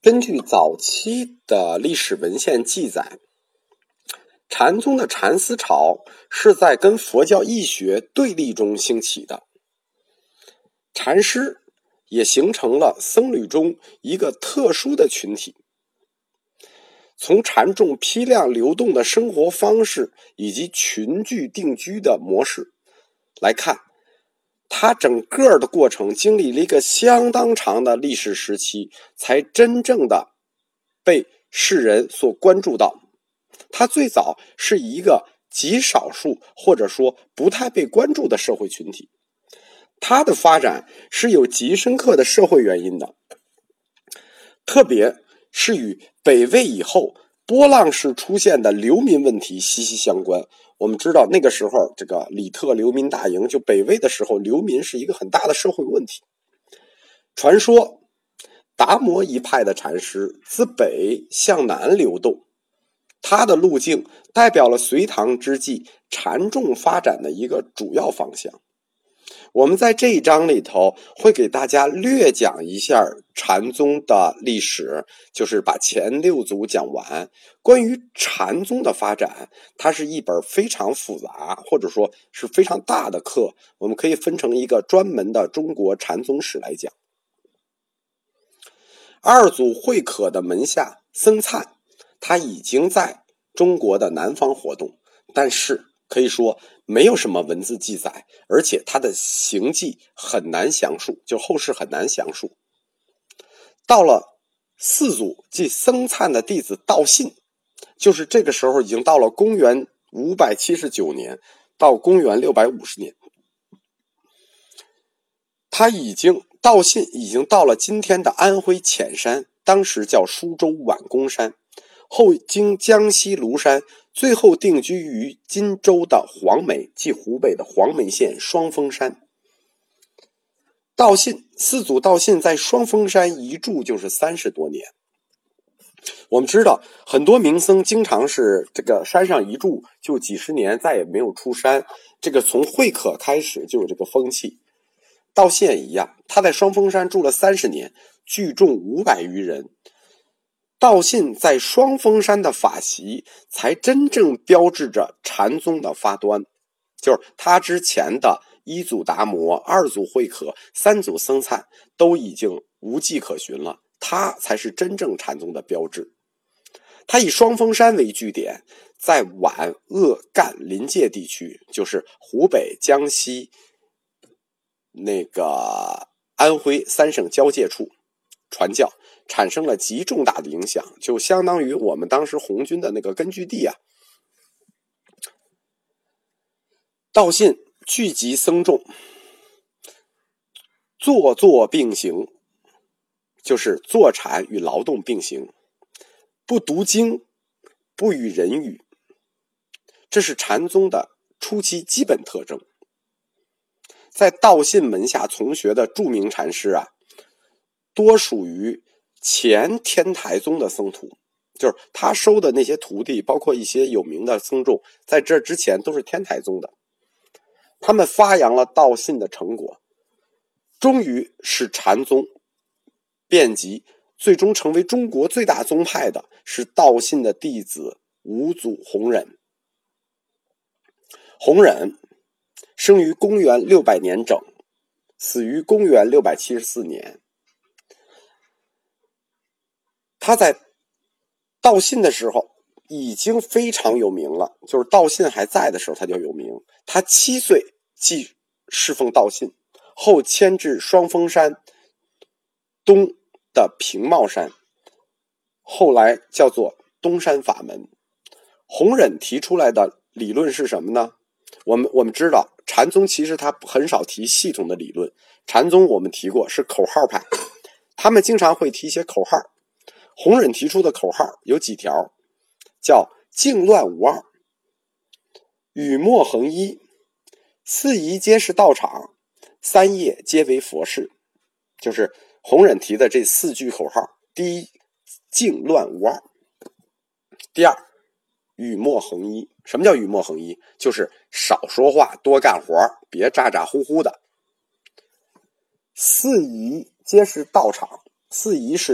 根据早期的历史文献记载，禅宗的禅思潮是在跟佛教义学对立中兴起的，禅师也形成了僧侣中一个特殊的群体。从禅众批量流动的生活方式以及群聚定居的模式来看，它整个的过程经历了一个相当长的历史时期，才真正的被世人所关注到。它最早是一个极少数或者说不太被关注的社会群体，它的发展是有极深刻的社会原因的，特别是与北魏以后波浪式出现的流民问题息息相关。我们知道那个时候这个李特流民大营，就北魏的时候，流民是一个很大的社会问题。传说达摩一派的禅师自北向南流动，他的路径代表了隋唐之际禅众发展的一个主要方向。我们在这一章里头会给大家略讲一下禅宗的历史，就是把前六祖讲完。关于禅宗的发展，它是一本非常复杂或者说是非常大的课，我们可以分成一个专门的中国禅宗史来讲。二祖慧可的门下僧璨，他已经在中国的南方活动，但是可以说没有什么文字记载，而且他的行迹很难详述，就后世很难详述。到了四祖即僧璨的弟子道信，就是这个时候已经到了公元579年到公元650年，道信已经到了今天的安徽潜山，当时叫舒州宛公山，后经江西庐山，最后定居于荆州的黄梅，即湖北的黄梅县双峰山。四祖道信在双峰山一住就是30多年。我们知道很多名僧经常是这个山上一住就几十年，再也没有出山，这个从慧可开始就有这个风气。道信也一样，他在双峰山住了30年，聚众500余人。道信在双峰山的法席才真正标志着禅宗的发端，就是他之前的一祖达摩、二祖慧可、三祖僧璨都已经无迹可寻了，他才是真正禅宗的标志。他以双峰山为据点，在皖鄂赣临界地区，就是湖北、江西、安徽3省交界处传教，产生了极重大的影响，就相当于我们当时红军的那个根据地啊。道信聚集僧众，坐并行，就是坐禅与劳动并行，不读经，不与人语，这是禅宗的初期基本特征。在道信门下从学的著名禅师啊，多属于前天台宗的僧徒，就是他收的那些徒弟，包括一些有名的僧众，在这之前都是天台宗的。他们发扬了道信的成果，终于使禅宗遍及，最终成为中国最大宗派的是道信的弟子五祖弘忍。弘忍生于公元600年整，死于公元674年。他在道信的时候已经非常有名了，就是道信还在的时候他就有名。他7岁即侍奉道信，后迁至双峰山东的平茂山，后来叫做东山法门。弘忍提出来的理论是什么呢？我们知道禅宗其实他很少提系统的理论，禅宗我们提过是口号派，他们经常会提一些口号。弘忍提出的口号有几条，叫静乱无二，语默恒一，四夷皆是道场，三业皆为佛事。就是弘忍提的这4句口号。第一，静乱无二；第二，语默恒一。什么叫语默恒一？就是少说话，多干活，别咋咋呼呼的。四夷皆是道场，四夷是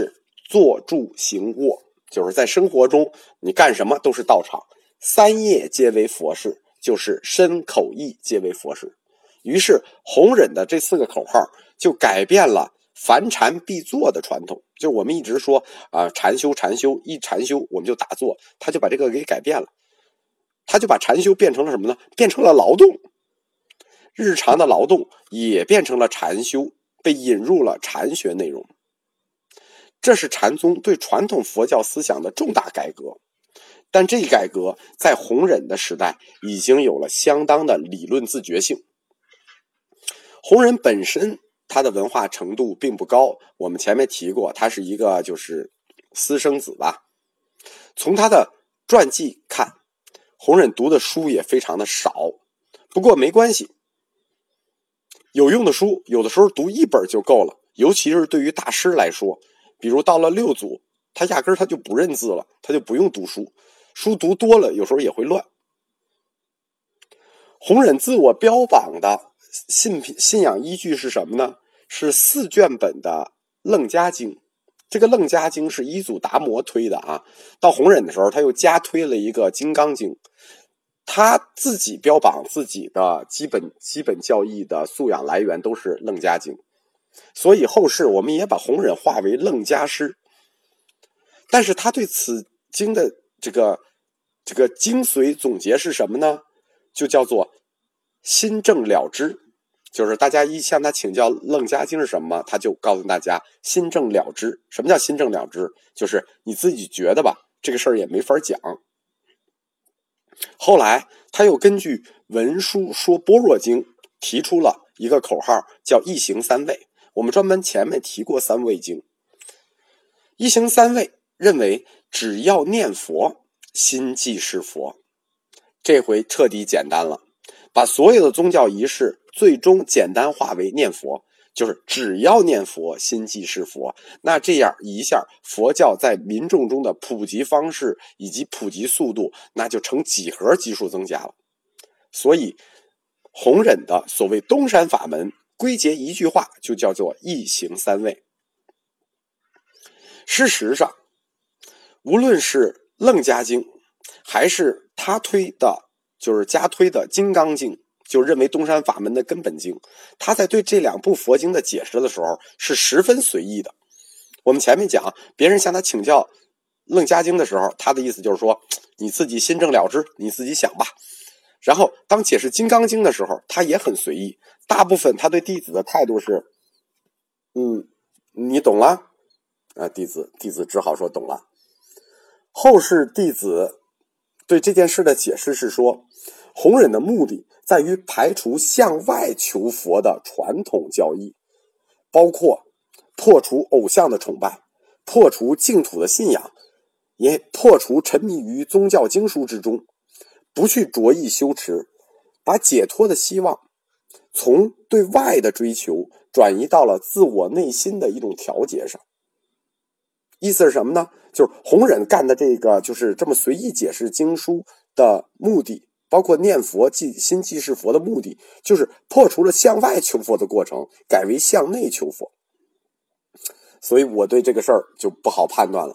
坐住行卧，就是在生活中你干什么都是道场。三业皆为佛事，就是身口意皆为佛事。于是弘忍的这4个口号就改变了凡禅必坐的传统。就我们一直说禅修，一禅修我们就打坐，他就把这个给改变了。他就把禅修变成了什么呢？变成了劳动，日常的劳动也变成了禅修，被引入了禅学内容。这是禅宗对传统佛教思想的重大改革，但这一改革在弘忍的时代已经有了相当的理论自觉性。弘忍本身他的文化程度并不高，我们前面提过，他是一个就是私生子吧。从他的传记看，弘忍读的书也非常的少，不过没关系，有用的书有的时候读1本就够了，尤其是对于大师来说，比如到了6祖，他压根他就不认字了，他就不用读书，书读多了有时候也会乱。弘忍自我标榜的信仰依据是什么呢？是4卷本的楞伽经。这个楞伽经是一祖达摩推的啊，到弘忍的时候他又加推了一个金刚经。他自己标榜自己的基本教义的素养来源都是楞伽经，所以后世我们也把弘忍划为楞伽师。但是他对此经的这个精髓总结是什么呢？就叫做心正了知。就是大家一向他请教楞伽经是什么，他就告诉大家心正了知。什么叫心正了知？就是你自己觉得吧，这个事儿也没法讲。后来他又根据文殊说般若经提出了一个口号，叫一行三位。我们专门前面提过三位经。一行三位认为只要念佛，心即是佛。这回彻底简单了，把所有的宗教仪式最终简单化为念佛，就是只要念佛，心即是佛。那这样一下，佛教在民众中的普及方式以及普及速度，那就成几何级数增加了。所以弘忍的所谓东山法门归结一句话，就叫做一行三位。事实上，无论是楞伽经还是他推的就是加推的金刚经，就认为东山法门的根本经，他在对这2部佛经的解释的时候是十分随意的。我们前面讲，别人向他请教楞伽经的时候，他的意思就是说你自己心正了知，你自己想吧。然后当解释金刚经的时候，他也很随意，大部分他对弟子的态度是你懂了弟子只好说懂了。后世弟子对这件事的解释是说，弘忍的目的在于排除向外求佛的传统教义，包括破除偶像的崇拜，破除净土的信仰，也破除沉迷于宗教经书之中，不去着意修持，把解脱的希望从对外的追求转移到了自我内心的一种调节上。意思是什么呢？就是弘忍干的这个就是这么随意解释经书的目的，包括念佛心即是佛的目的，就是破除了向外求佛的过程，改为向内求佛。所以我对这个事儿就不好判断了。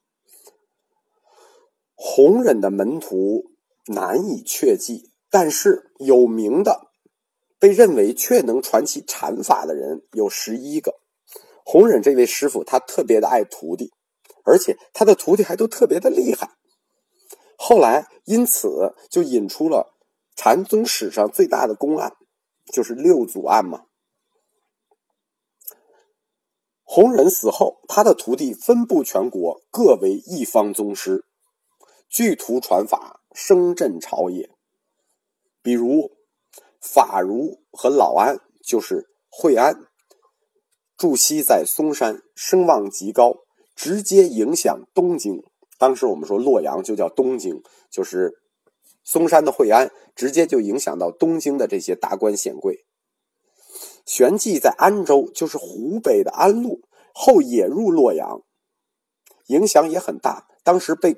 弘忍的门徒难以确记，但是有名的被认为确能传其禅法的人有11个。弘忍这位师傅他特别的爱徒弟，而且他的徒弟还都特别的厉害。后来因此就引出了禅宗史上最大的公案，就是六祖案嘛。弘忍死后，他的徒弟分布全国，各为一方宗师，具图传法，声震朝野。比如法如和老安，就是惠安，住西在嵩山，声望极高，直接影响东京。当时我们说洛阳就叫东京，就是嵩山的惠安直接就影响到东京的这些达官显贵。玄寂在安州，就是湖北的安陆，后也入洛阳，影响也很大。当时被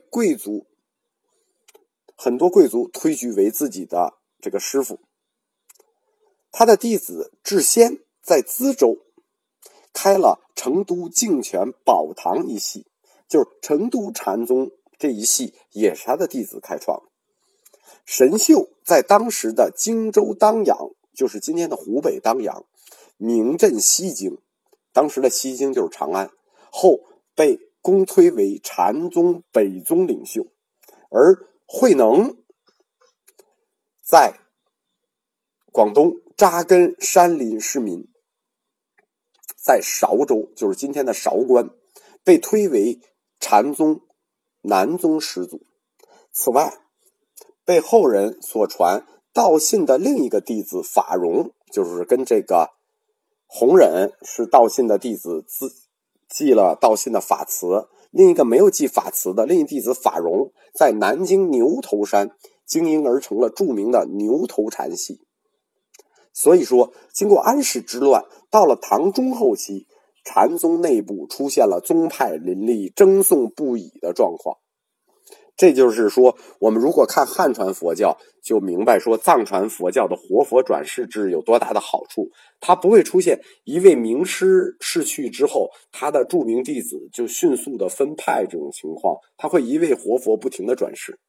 很多贵族推举为自己的这个师傅。他的弟子智仙在资州开了成都净泉宝堂一系，就是成都禅宗这一系也是他的弟子开创。神秀在当时的荆州当阳，就是今天的湖北当阳，名震西京，当时的西京就是长安，后被公推为禅宗北宗领袖。而慧能在广东扎根山林市民，在韶州，就是今天的韶关，被推为禅宗南宗始祖。此外，被后人所传道信的另一个弟子法融，就是跟这个弘忍是道信的弟子，记了道信的法词。另一个没有记法词的另一弟子法融，在南京牛头山经营而成了著名的牛头禅系。所以说，经过安史之乱，到了唐中后期，禅宗内部出现了宗派林立、争讼不已的状况。这就是说，我们如果看汉传佛教，就明白说藏传佛教的活佛转世制有多大的好处。它不会出现一位名师逝去之后，他的著名弟子就迅速的分派这种情况，他会一位活佛不停的转世。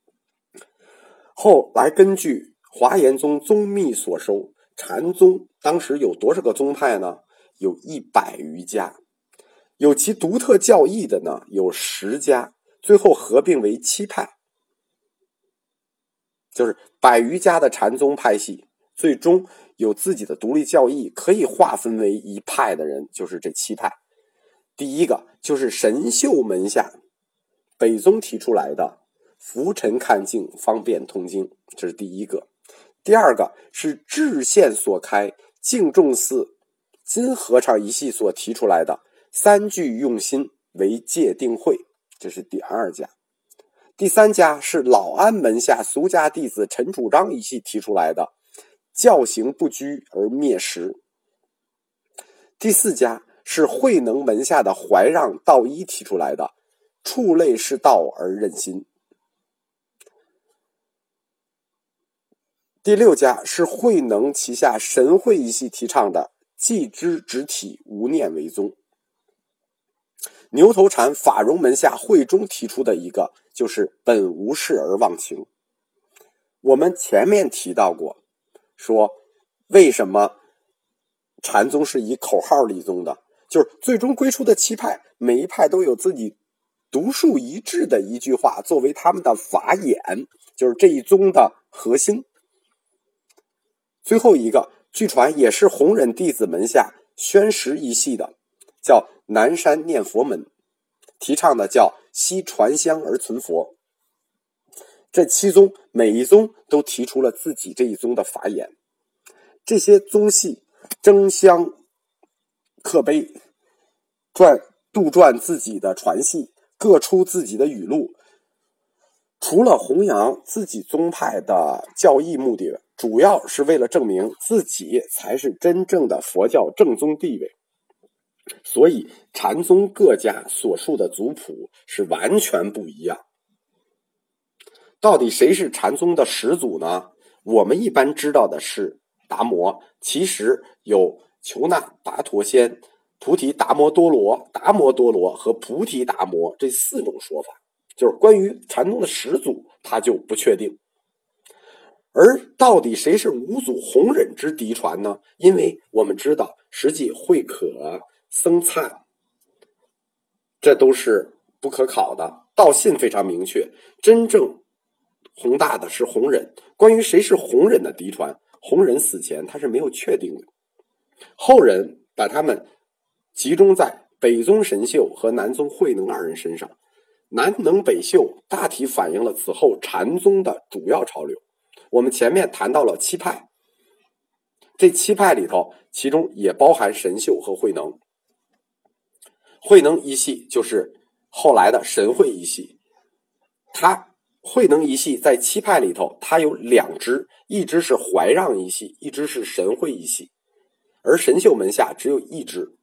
后来根据华严宗宗密所收，禅宗当时有多少个宗派呢？有100余家，有其独特教义的呢有10家，最后合并为7派，就是100余家的禅宗派系，最终有自己的独立教义，可以划分为一派的人就是这7派。第一个就是神秀门下北宗提出来的浮尘看净，方便通经，这是第一个。第二个是智县所开净众寺金和尚一系所提出来的3句用心为戒定慧，这是第2家。第3家是老安门下俗家弟子陈主张一系提出来的教行不拘而灭时。第4家是慧能门下的怀让道一提出来的触类是道而任心。第6家是慧能旗下神会一系提倡的寂知直体无念为宗。牛头禅法融门下慧中提出的一个就是本无事而忘情。我们前面提到过，说为什么禅宗是以口号立宗的，就是最终归出的7派，每一派都有自己独树一帜的一句话作为他们的法眼，就是这一宗的核心。最后一个据传也是弘忍弟子门下宣实一系的，叫南山念佛门，提倡的叫悉传香而存佛。这7宗每一宗都提出了自己这一宗的法眼。这些宗系争相刻碑，杜撰自己的传系，各出自己的语录。除了弘扬自己宗派的教义目的，主要是为了证明自己才是真正的佛教正宗地位。所以禅宗各家所述的族谱是完全不一样。到底谁是禅宗的始祖呢？我们一般知道的是达摩，其实有求那达陀仙、菩提达摩多罗和菩提达摩这4种说法，就是关于禅宗的始祖他就不确定。而到底谁是五祖弘忍之嫡传呢？因为我们知道实际慧可、僧璨这都是不可考的，道信非常明确，真正宏大的是弘忍。关于谁是弘忍的嫡传，弘忍死前他是没有确定的，后人把他们集中在北宗神秀和南宗慧能2人身上。南能北秀大体反映了此后禅宗的主要潮流。我们前面谈到了7派，这7派里头其中也包含神秀和慧能。慧能一系就是后来的神会一系，慧能一系在7派里头它有2支，一支是怀让一系，一支是神会一系，而神秀门下只有1支。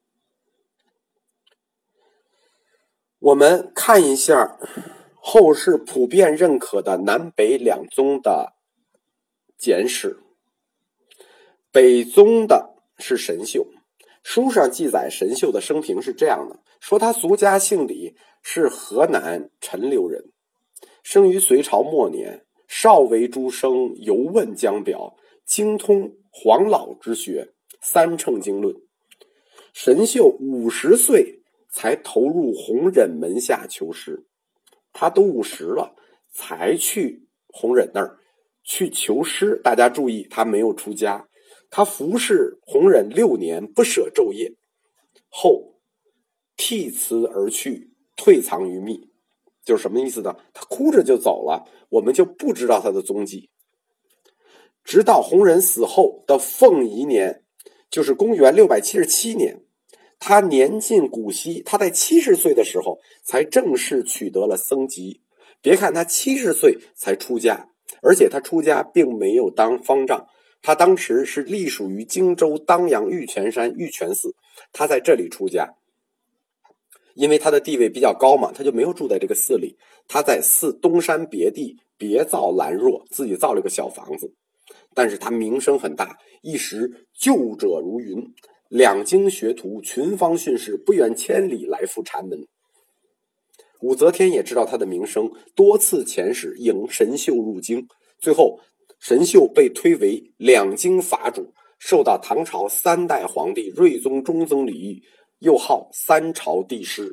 我们看一下后世普遍认可的南北2宗的简史。北宗的是神秀， 书上记载神秀的生平是这样的，说他俗家姓李，是河南陈留人，生于隋朝末年，少为诸生，犹问江表，精通黄老之学，三乘经论。神秀50岁才投入弘忍门下求师，他都50了才去弘忍那儿去求师。大家注意，他没有出家，他服侍弘忍6年，不舍昼夜，后涕辞而去，退藏于密。就是什么意思呢？他哭着就走了，我们就不知道他的踪迹。直到弘忍死后的凤仪年，就是公元677年，他年近古稀，他在70岁的时候才正式取得了僧籍。别看他70岁才出家，而且他出家并没有当方丈，他当时是隶属于荆州当阳玉泉山玉泉寺，他在这里出家。因为他的地位比较高嘛，他就没有住在这个寺里，他在寺东山别地别造兰若，自己造了个小房子。但是他名声很大，一时救者如云，两京学徒群芳训士，不远千里来赴禅门。武则天也知道他的名声，多次遣使迎神秀入京，最后神秀被推为两京法主，受到唐朝3代皇帝睿宗中宗李煜，又号3朝帝师。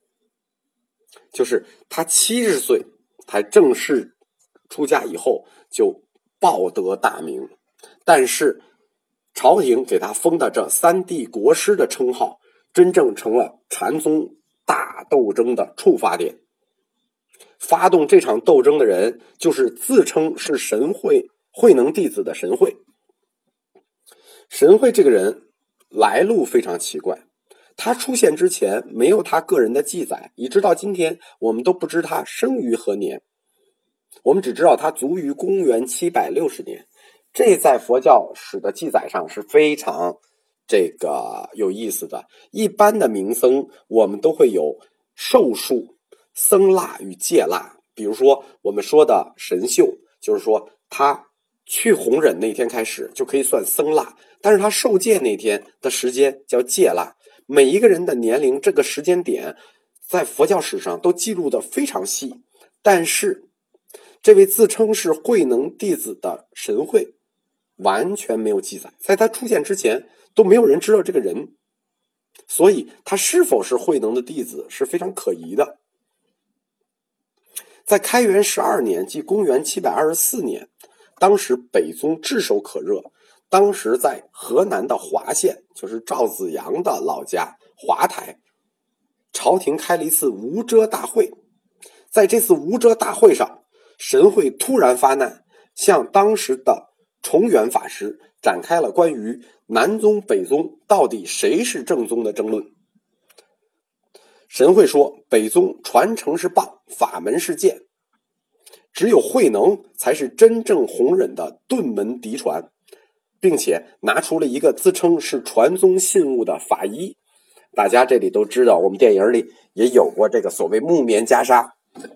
就是他70岁才正式出家以后就报得大名，但是朝廷给他封的这3帝国师的称号，真正成了禅宗大斗争的触发点。发动这场斗争的人就是自称是神会慧能弟子的神会。神会这个人来路非常奇怪，他出现之前没有他个人的记载，一直到今天我们都不知他生于何年，我们只知道他卒于公元760年。这在佛教史的记载上是非常有意思的。一般的名僧我们都会有寿数、僧腊与戒腊，比如说我们说的神秀，就是说他去弘忍那天开始就可以算僧腊，但是他受戒那天的时间叫戒腊。每一个人的年龄这个时间点在佛教史上都记录的非常细，但是这位自称是慧能弟子的神会完全没有记载，在他出现之前都没有人知道这个人，所以他是否是慧能的弟子是非常可疑的。在开元12年，即公元724年，当时北宗炙手可热，当时在河南的华县，就是赵子阳的老家华台，朝廷开了一次无遮大会。在这次无遮大会上，神会突然发难，向当时的崇元法师展开了关于南宗北宗到底谁是正宗的争论。神会说，北宗传承是棒，法门是剑，只有慧能才是真正弘忍的顿门嫡传，并且拿出了一个自称是传宗信物的法医。大家这里都知道，我们电影里也有过这个所谓木棉袈裟。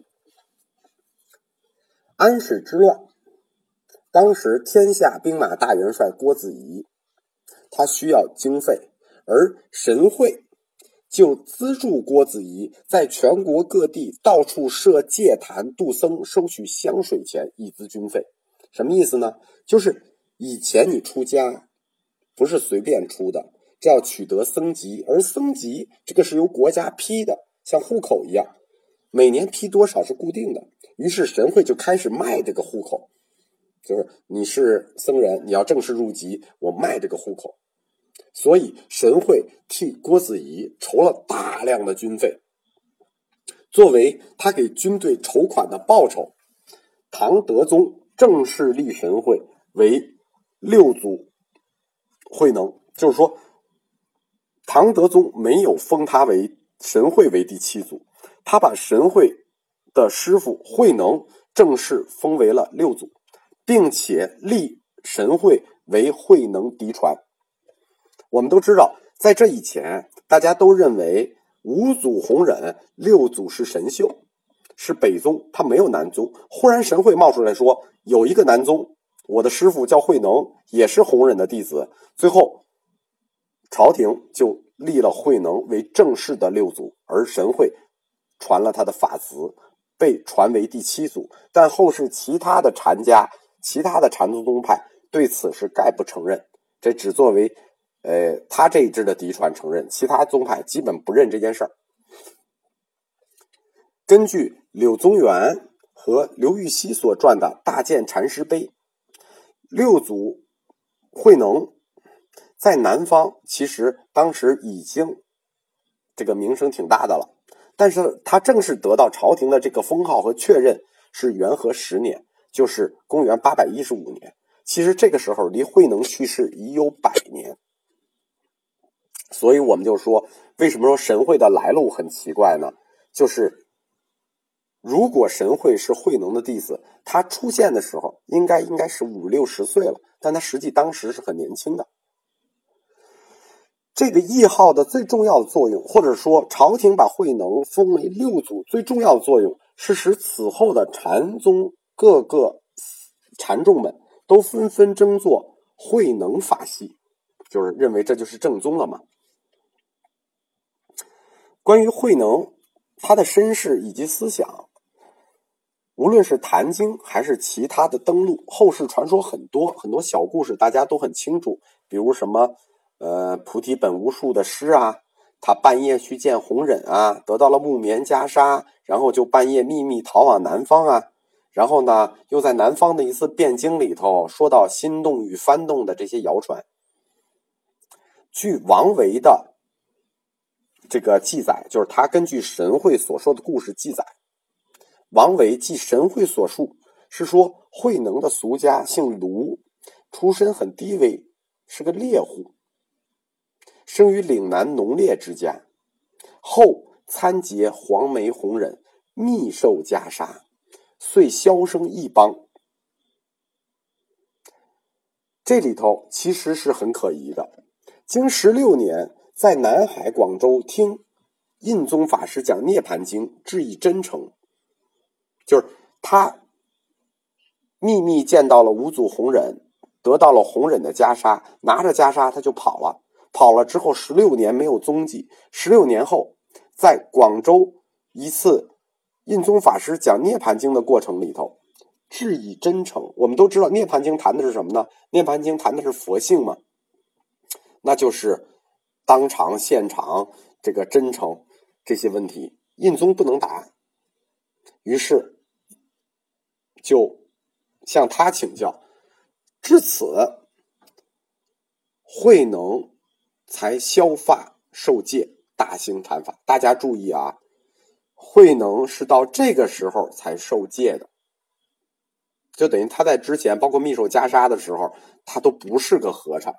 安史之乱，当时天下兵马大元帅郭子仪，他需要经费，而神会就资助郭子仪在全国各地到处设戒坛度僧，收取香水钱以资军费。什么意思呢？就是以前你出家不是随便出的，这要取得僧籍，而僧籍这个是由国家批的，像户口一样，每年批多少是固定的。于是神会就开始卖这个户口，就是你是僧人，你要正式入籍，我卖这个户口。所以神会替郭子仪筹了大量的军费，作为他给军队筹款的报酬，唐德宗正式立神会为6祖慧能，就是说唐德宗没有封他为神会为第7祖，他把神会的师父慧能正式封为了6祖，并且立神会为慧能嫡传。我们都知道，在这以前大家都认为5祖弘忍，6祖是神秀，是北宗，他没有南宗。忽然神会冒出来说有一个南宗，我的师父叫慧能，也是弘忍的弟子。最后朝廷就立了慧能为正式的六祖，而神会传了他的法词，被传为第7祖。但后世其他的禅家、其他的禅宗宗派对此是概不承认，这只作为他这一支的嫡传承认，其他宗派基本不认这件事儿。根据柳宗元和刘禹锡所撰的《大建禅师碑》，六祖慧能在南方其实当时已经这个名声挺大的了，但是他正式得到朝廷的这个封号和确认是元和10年，就是公元815年。其实这个时候离慧能去世已有100年。所以我们就说，为什么说神会的来路很奇怪呢？就是如果神会是慧能的弟子，他出现的时候应该是50、60岁了，但他实际当时是很年轻的。这个谥号的最重要的作用，或者说朝廷把慧能封为六祖最重要的作用，是使此后的禅宗各个禅众们都纷纷争做慧能法系，就是认为这就是正宗了嘛。关于慧能他的身世以及思想，无论是坛经还是其他的登录，后世传说很多小故事，大家都很清楚。比如什么菩提本无树的诗啊，他半夜去见弘忍啊，得到了木棉袈裟，然后就半夜秘密逃往南方啊，然后呢又在南方的一次辩经里头说到心动与幡动的这些谣传。据王维的这个记载，就是他根据神会所说的故事记载，王维记神会所述是说，慧能的俗家姓卢，出身很低微，是个猎户，生于岭南农猎之家，后参结黄眉弘忍，密授袈裟，遂销声一邦。这里头其实是很可疑的。经16年在南海广州听印宗法师讲《涅盘经》，致以真诚，就是他秘密见到了五祖弘忍，得到了弘忍的袈裟，拿着袈裟他就跑了之后16年没有踪迹。16年后在广州一次印宗法师讲《涅盘经》的过程里头，致以真诚。我们都知道《涅盘经》谈的是什么呢？《涅盘经》谈的是佛性嘛，那就是当场现场这个真诚这些问题，印宗不能答，于是就向他请教。至此慧能才削发受戒，大行禅法。大家注意啊，慧能是到这个时候才受戒的，就等于他在之前包括密授袈裟的时候他都不是个和尚。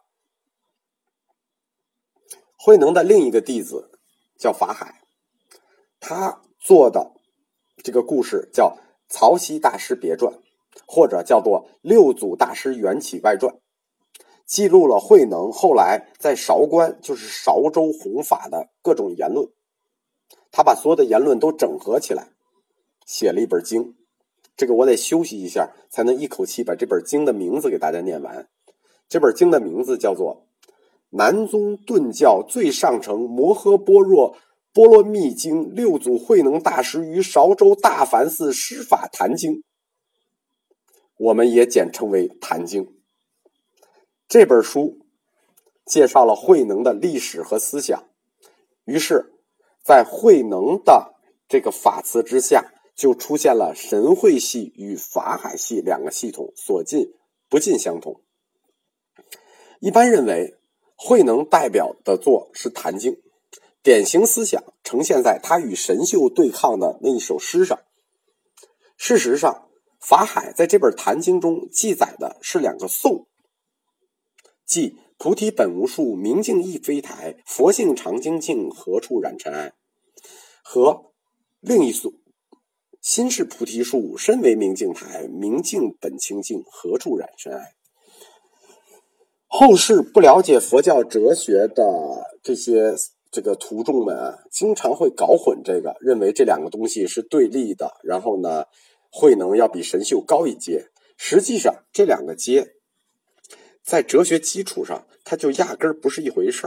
慧能的另一个弟子叫法海，他做的这个故事叫曹溪大师别传，或者叫做六祖大师缘起外传，记录了慧能后来在韶关，就是韶州弘法的各种言论。他把所有的言论都整合起来，写了一本经。这个我得休息一下，才能一口气把这本经的名字给大家念完。这本经的名字叫做南宗顿教最上乘摩诃般若波罗蜜经六祖慧能大师于韶州大梵寺施法坛经，我们也简称为坛经。这本书介绍了慧能的历史和思想，于是在慧能的这个法词之下，就出现了神会系与法海系两个系统，所尽不尽相同。一般认为慧能代表的作是坛经，典型思想呈现在他与神秀对抗的那一首诗上。事实上，法海在这本坛经中记载的是两个颂，即菩提本无树，明镜亦非台，佛性常清净，何处染尘埃，和另一颂，心是菩提树，身为明镜台，明镜本清净，何处染尘埃。后世不了解佛教哲学的这个徒众们啊，经常会搞混这个，认为这两个东西是对立的，然后呢，慧能要比神秀高一阶。实际上这两个阶在哲学基础上它就压根儿不是一回事儿。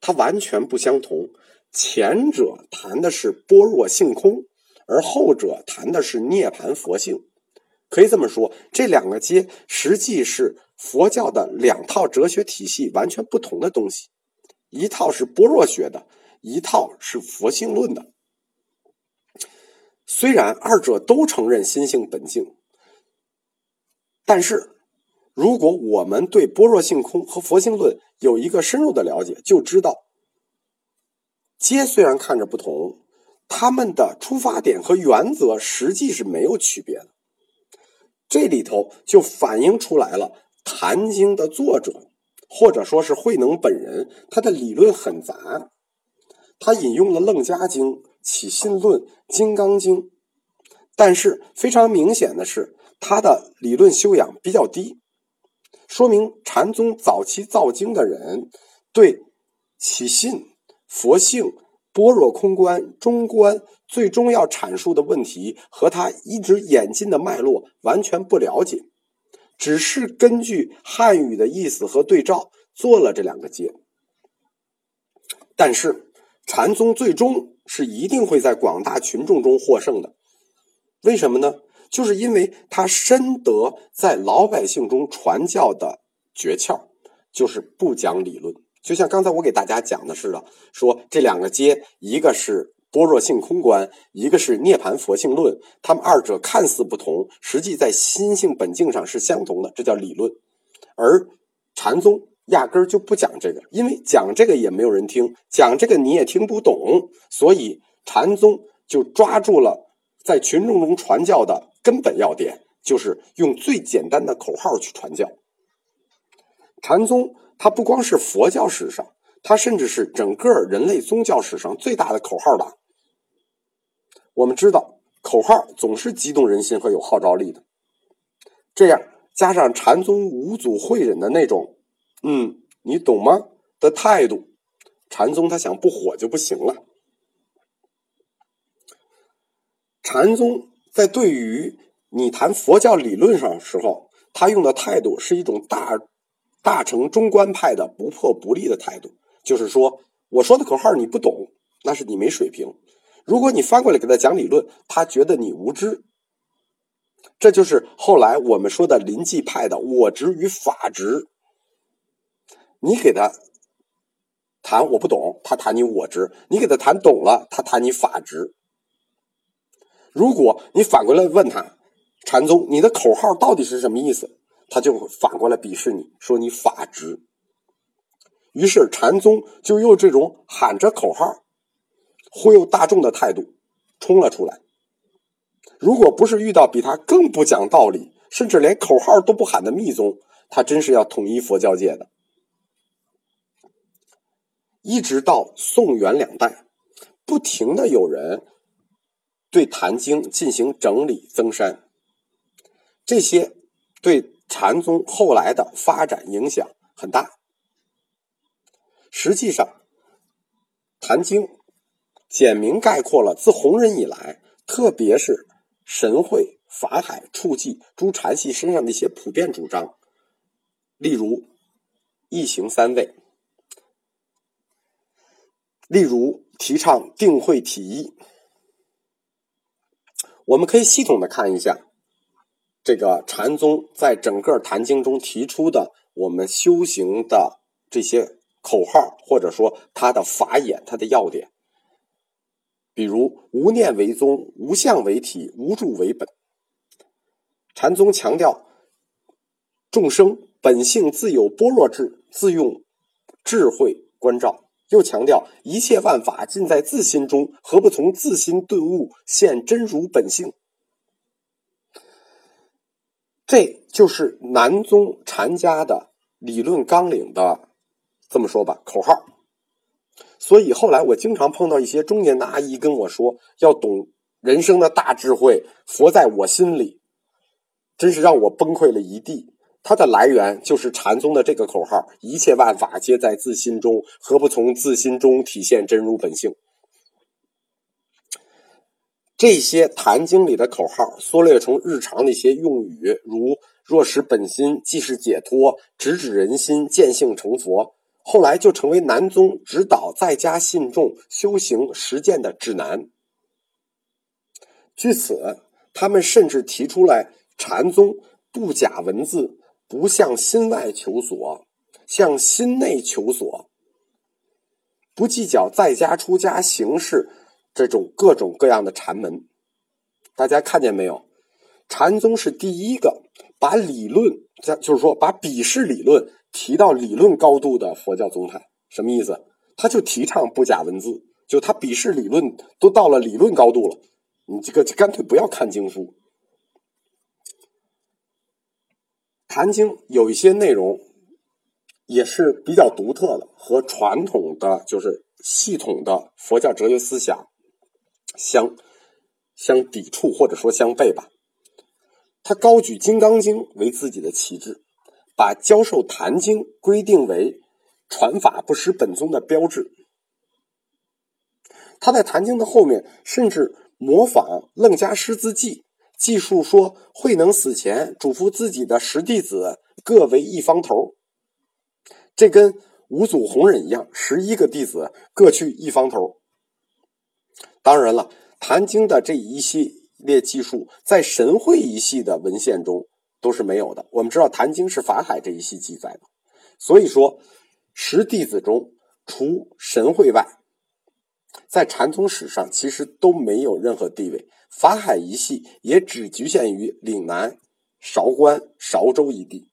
它完全不相同。前者谈的是般若性空，而后者谈的是涅槃佛性。可以这么说，这两个阶实际是佛教的两套哲学体系完全不同的东西，一套是般若学的，一套是佛性论的。虽然二者都承认心性本净，但是如果我们对般若性空和佛性论有一个深入的了解，就知道阶虽然看着不同，他们的出发点和原则实际是没有区别的。这里头就反映出来了坛经的作者或者说是慧能本人，他的理论很杂。他引用了楞伽经、起信论、金刚经，但是非常明显的是他的理论修养比较低，说明禅宗早期造经的人对起信、佛性、般若空观、中观最终要阐述的问题和他一直演进的脉络完全不了解，只是根据汉语的意思和对照做了这两个阶。但是禅宗最终是一定会在广大群众中获胜的。为什么呢？就是因为他深得在老百姓中传教的诀窍，就是不讲理论。就像刚才我给大家讲的似的，说这两个阶，一个是般若性空观，一个是涅槃佛性论，他们二者看似不同，实际在心性本净上是相同的，这叫理论。而禅宗压根儿就不讲这个，因为讲这个也没有人听，讲这个你也听不懂，所以禅宗就抓住了在群众中传教的根本要点，就是用最简单的口号去传教。禅宗它不光是佛教史上，它甚至是整个人类宗教史上最大的口号党。我们知道口号总是激动人心和有号召力的，这样加上禅宗五祖慧忍的那种你懂吗的态度，禅宗他想不火就不行了。禅宗在对于你谈佛教理论上的时候，他用的态度是一种大乘中观派的不破不立的态度，就是说我说的口号你不懂，那是你没水平，如果你翻过来给他讲理论，他觉得你无知。这就是后来我们说的临济派的我执与法执。你给他谈我不懂，他谈你我执；你给他谈懂了，他谈你法执。如果你反过来问他，禅宗你的口号到底是什么意思，他就反过来鄙视你，说你法执。于是禅宗就用这种喊着口号忽悠大众的态度冲了出来。如果不是遇到比他更不讲道理，甚至连口号都不喊的密宗，他真是要统一佛教界的。一直到宋元两代，不停的有人对坛经进行整理增删，这些对禅宗后来的发展影响很大。实际上坛经简明概括了自弘忍以来，特别是神会、法海、处寂诸禅系身上的一些普遍主张，例如一行三位，例如提倡定慧体一。我们可以系统的看一下这个禅宗在整个坛经中提出的我们修行的这些口号，或者说它的法眼，它的要点。比如无念为宗，无相为体，无住为本。禅宗强调众生本性自有般若智，自用智慧关照，又强调一切万法尽在自心中，何不从自心顿悟，现真如本性。这就是南宗禅家的理论纲领的，这么说吧，口号。所以后来我经常碰到一些中年的阿姨跟我说，要懂人生的大智慧，佛在我心里，真是让我崩溃了一地。它的来源就是禅宗的这个口号，一切万法皆在自心中，何不从自心中体现真如本性。这些坛经里的口号缩略成日常的一些用语，如若识本心即是解脱，直指人心，见性成佛。 后来就成为南宗指导在家信众修行实践的指南。据此，他们甚至提出来禅宗不假文字，不向心外求索，向心内求索，不计较在家出家形式这种各种各样的禅门。大家看见没有？禅宗是第一个把理论，就是说把笔试理论提到理论高度的佛教宗派。什么意思？他就提倡不假文字，就他笔试理论都到了理论高度了，你这个干脆不要看经书。坛经有一些内容也是比较独特的，和传统的就是系统的佛教哲学思想相抵触，或者说相悖吧。他高举《金刚经》为自己的旗帜，把教授坛经规定为传法不失本宗的标志。他在坛经的后面甚至模仿楞伽师自记，记述说慧能死前嘱咐自己的10弟子各为一方头，这跟五祖弘忍一样，11个弟子各去一方头。当然了，坛经的这一系列记述在神会一系的文献中都是没有的。我们知道坛经是法海这一系记载的，所以说10弟子中除神会外，在禅宗史上其实都没有任何地位。法海一系也只局限于岭南、韶关、韶州一地。